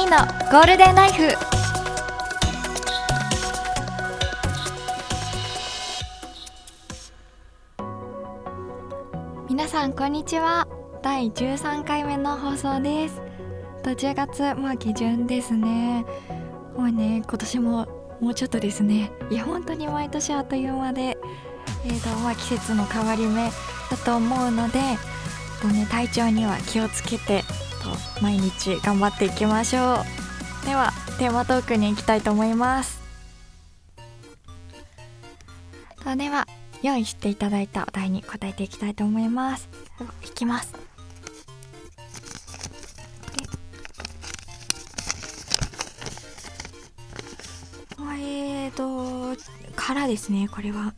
ーのゴールデンライフ。皆さんこんにちは。第13回目の放送です。10月下旬ですね。もうね、今年ももうちょっとですね。いや本当に毎年あっという間で、季節の変わり目だと思うので、体調には気をつけて毎日頑張っていきましょう。ではテーマトークに行きたいと思います。では用意していただいたお題に答えていきたいと思います。いきます。からですね。これは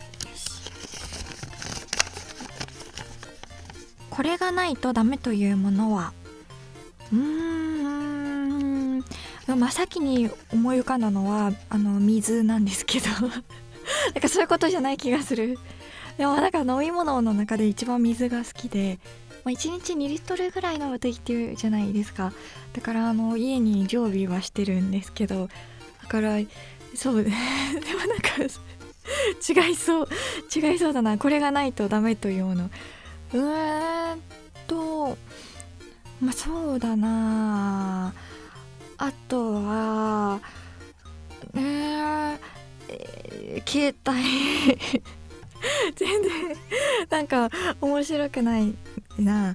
これがないとダメというものは真っ先に思い浮かんだのは水なんですけどなんかそういうことじゃない気がする。でもなんか飲み物の中で一番水が好きで、1日2リットルぐらい飲むといいっていうじゃないですか。だから家に常備はしてるんですけど、だからそうでもなんか違いそうだな。これがないとダメというもの、そうだな。あとは携帯全然なんか面白くないな。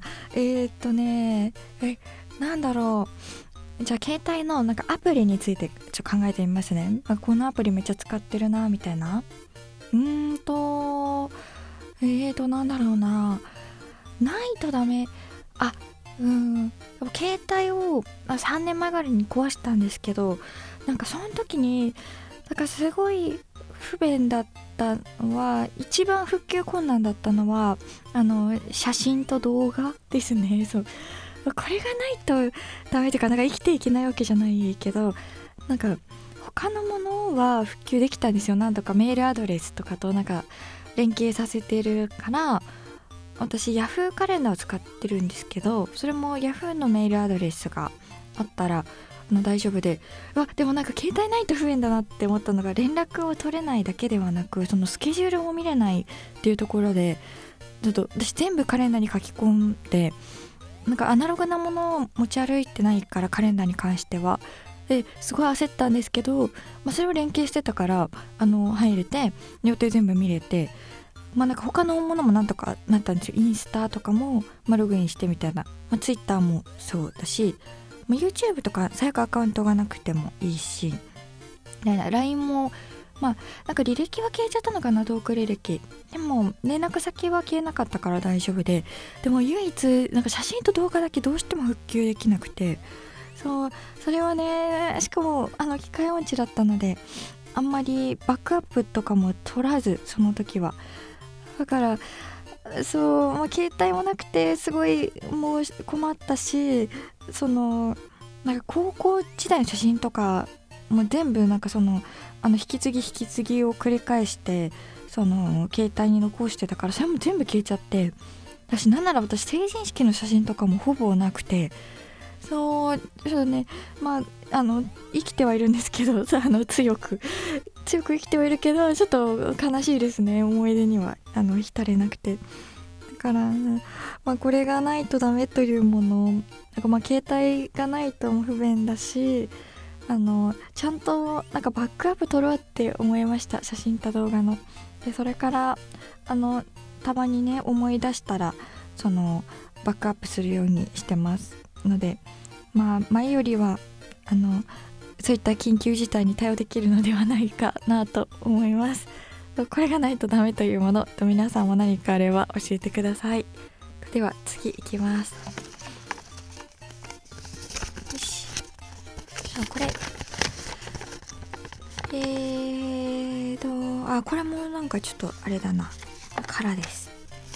なんだろう。じゃあ携帯のなんかアプリについてちょっと考えてみますね。このアプリめっちゃ使ってるなみたいな。なんだろうな。ないとダメ。携帯を3年前ぐらいに壊したんですけど、なんかその時になんかすごい不便だったのは、一番復旧困難だったのは写真と動画ですね。そう、これがないとダメというか、なんか生きていけないわけじゃないけど、なんか他のものは復旧できたんですよ。なんとかメールアドレスとかとなんか連携させてるから、私ヤフーカレンダーを使ってるんですけど、それもヤフーのメールアドレスがあったら大丈夫で、でもなんか携帯ないと不便だなって思ったのが、連絡を取れないだけではなく、そのスケジュールも見れないっていうところで、ちょっと私全部カレンダーに書き込んで、なんかアナログなものを持ち歩いてないから、カレンダーに関してはですごい焦ったんですけど、それを連携してたから入れて、予定全部見れて、なんか他のものもなんとかなったんですよ。インスタとかも、ログインしてみたいな、ツイッターもそうだし、YouTube とか最悪アカウントがなくてもいいし、LINE もなんか履歴は消えちゃったのかな、トーク履歴でも連絡先は消えなかったから大丈夫で、でも唯一なんか写真と動画だけどうしても復旧できなくて、それはね、しかも機械音痴だったので、あんまりバックアップとかも取らず、その時はだから携帯もなくてすごいもう困ったし、なんか高校時代の写真とかも全部なんか引き継ぎを繰り返して携帯に残してたから、それも全部消えちゃって、私なんなら成人式の写真とかもほぼなくて、そうね、生きてはいるんですけど強く生きてはいるけど、ちょっと悲しいですね。思い出には浸れなくて。だから、これがないとダメというもの、なんか携帯がないとも不便だし、ちゃんとなんかバックアップ取ろうって思いました。写真と動画の。でそれからたまにね思い出したらバックアップするようにしてますので、前よりはそういった緊急事態に対応できるのではないかなと思います。これがないとダメというものと、皆さんも何かあれば教えてください。では次いきます。よし、これこれもなんかちょっとあれだな、からです。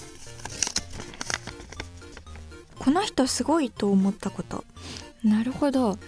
この人すごいと思ったこと。なるほど。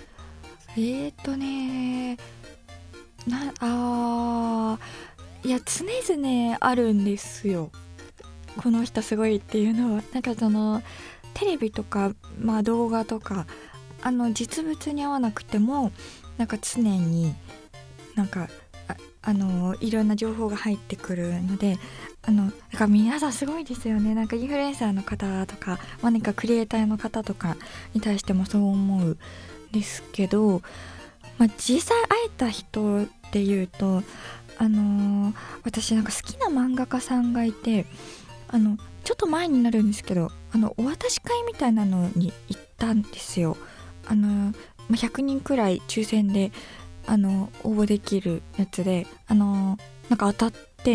いや常々あるんですよ、この人すごいっていうのは。なんかテレビとか、動画とか実物に合わなくてもなんか常になんかいろんな情報が入ってくるので、だから皆さんすごいですよね。なんかインフルエンサーの方とか、何かクリエイターの方とかに対してもそう思うんですけど、実際会えた人っていうと、私なんか好きな漫画家さんがいて、ちょっと前になるんですけど、お渡し会みたいなのに行ったんですよ。100人くらい抽選で応募できるやつで、なんか当たって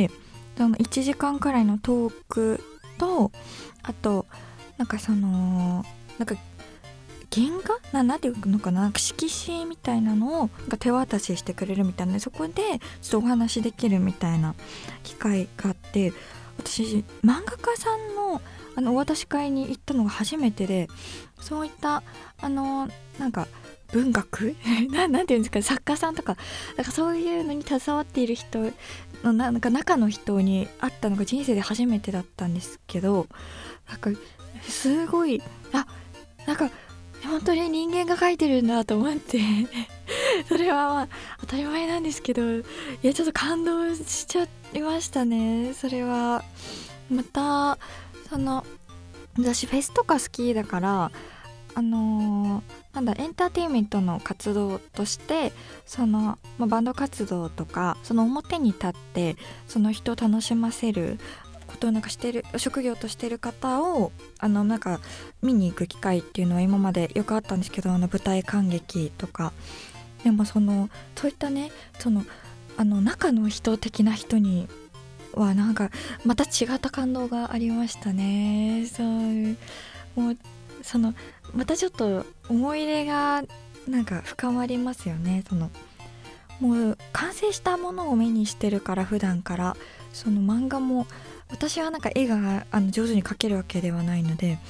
、1時間くらいのトークと、あとなんかなんか原画なんていうのかな、なんか色紙みたいなのをなんか手渡ししてくれるみたいな、そこでちょっとお話できるみたいな機会があって、私漫画家さんのお渡し会に行ったのが初めてで、そういったなんか文学なんていうんですか、作家さんとかなんかそういうのに携わっている人のなんか中の人に会ったのが人生で初めてだったんですけど、なんかすごいなんか本当に人間が描いてるんだと思ってそれは当たり前なんですけど、いやちょっと感動しちゃいましたね。それはまた私フェスとか好きだから、エンターテインメントの活動としてバンド活動とか表に立って人を楽しませることをなんかしてる職業としてる方をなんか見に行く機会っていうのは今までよくあったんですけど、舞台観劇とかでもそういったね中の人的な人にはなんかまた違った感動がありましたね。もうまたちょっと思い入れがなんか深まりますよね。もう完成したものを目にしてるから、普段から漫画も私はなんか絵が上手に描けるわけではないので、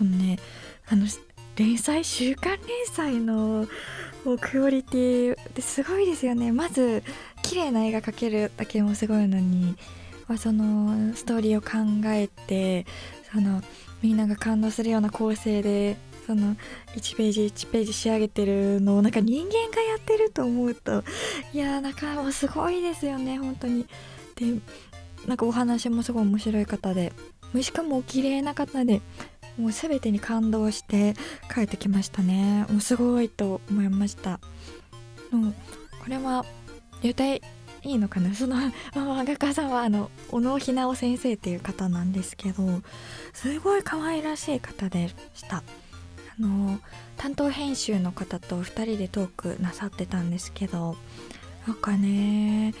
週刊連載のクオリティってすごいですよね。まず綺麗な絵が描けるだけでもすごいのに、ストーリーを考えてみんなが感動するような構成で1ページ1ページ仕上げてるのをなんか人間がやってると思うと、いやなんかもうすごいですよね本当に。でなんかお話もすごい面白い方で、しかもお綺麗な方で、もう全てに感動して帰ってきましたね。もうすごいと思いました。これは言っていいのかな、漫画家さんは小野ひなお先生っていう方なんですけど、すごい可愛らしい方でした。担当編集の方と2人でトークなさってたんですけど、なんかね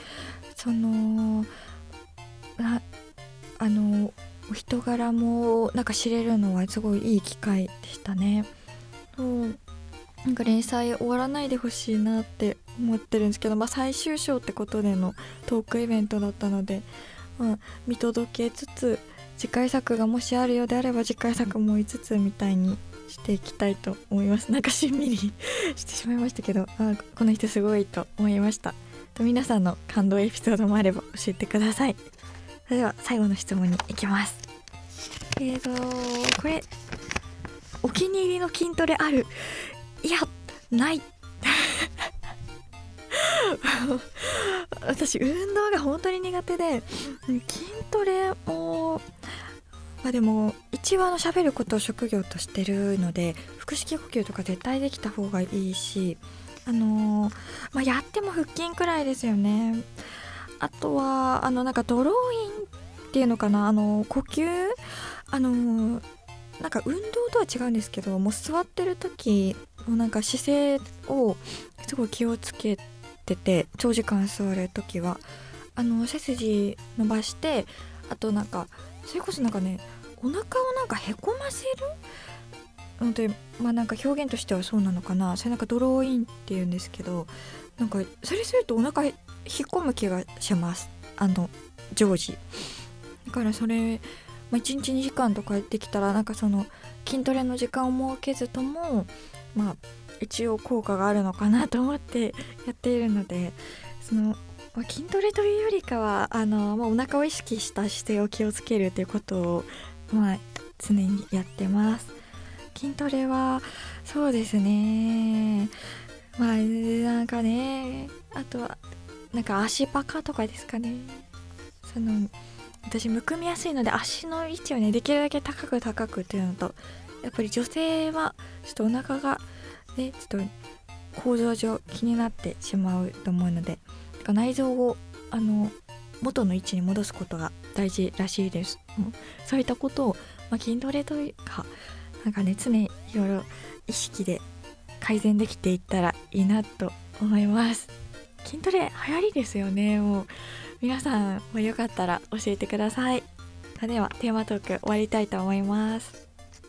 お人柄もなんか知れるのはすごいいい機会でしたね。なんか連載終わらないでほしいなって思ってるんですけど、最終章ってことでのトークイベントだったので、見届けつつ次回作がもしあるようであれば次回作も5つみたいにしていきたいと思います。なんかしんみりしてしまいましたけど、この人すごいと思いました。皆さんの感動エピソードもあれば教えてください。それでは最後の質問に行きます。これお気に入りの筋トレある？いやない私運動が本当に苦手で、筋トレをでも一応喋ることを職業としてるので、腹式呼吸とか絶対できた方がいいし、やっても腹筋くらいですよね。あとはなんかドローインっていうのかな、呼吸なんか運動とは違うんですけど、もう座ってる時のなんか姿勢をすごい気をつけてて、長時間座る時は背筋伸ばして、あとなんかそれこそなんかね、お腹をなんかへこませるので、なんか表現としてはそうなのかな。それなんかドローインっていうんですけど、なんかそれするとお腹引っ込む気がします。常時だからそれ、1日2時間とかできたら、なんか筋トレの時間を設けずとも一応効果があるのかなと思ってやっているので、筋トレというよりかはお腹を意識した姿勢を気をつけるということを常にやってます。 筋トレはそうですね、なんかね、あとはなんか足バカとかですかね。私むくみやすいので足の位置をねできるだけ高くっていうのと、やっぱり女性はちょっとお腹がねちょっと構造上気になってしまうと思うので、内臓を元の位置に戻すことが大事らしいです。そういったことを、筋トレというかなんかね常にいろいろ意識で改善できていったらいいなと思います。筋トレ流行りですよね。もう皆さんもよかったら教えてください。ではテーマトーク終わりたいと思います。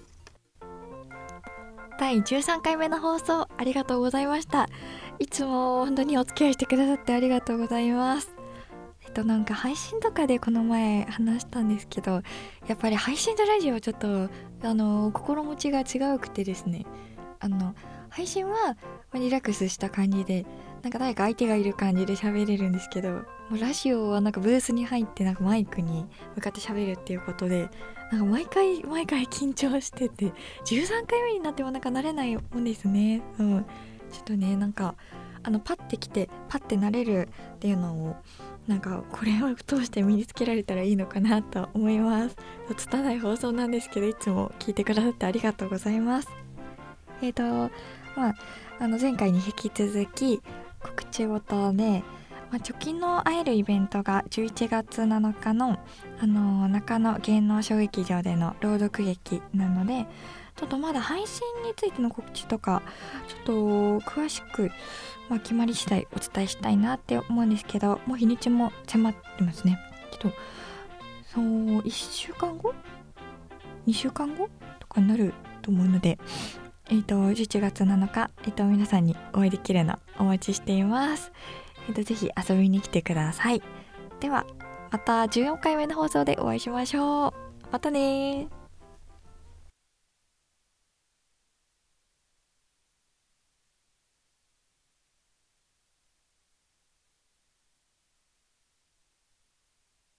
第13回目の放送ありがとうございました。いつも本当にお付き合いしてくださってありがとうございます。なんか配信とかでこの前話したんですけど、やっぱり配信とラジオはちょっと心持ちが違うくてですね、配信はリラックスした感じでなんか誰か相手がいる感じで喋れるんですけど、もうラジオはなんかブースに入ってなんかマイクに向かって喋るっていうことで、なんか毎回緊張してて、13回目になってもなんか慣れないもんですね。ちょっとねなんかパッて来てパッて慣れるっていうのをなんかこれを通して身につけられたらいいのかなと思います。拙い放送なんですけど、いつも聞いてくださってありがとうございます。前回に引き続き告知事で、直近の会えるイベントが11月7日の、中野芸能小劇場での朗読劇なので、ちょっとまだ配信についての告知とかちょっと詳しく、決まり次第お伝えしたいなって思うんですけど、もう日にちも迫ってますね。そう1週間後2週間後とかになると思うので、11月7日、皆さんにお会いできるのお待ちしています。ぜひ遊びに来てください。ではまた14回目の放送でお会いしましょう。またね。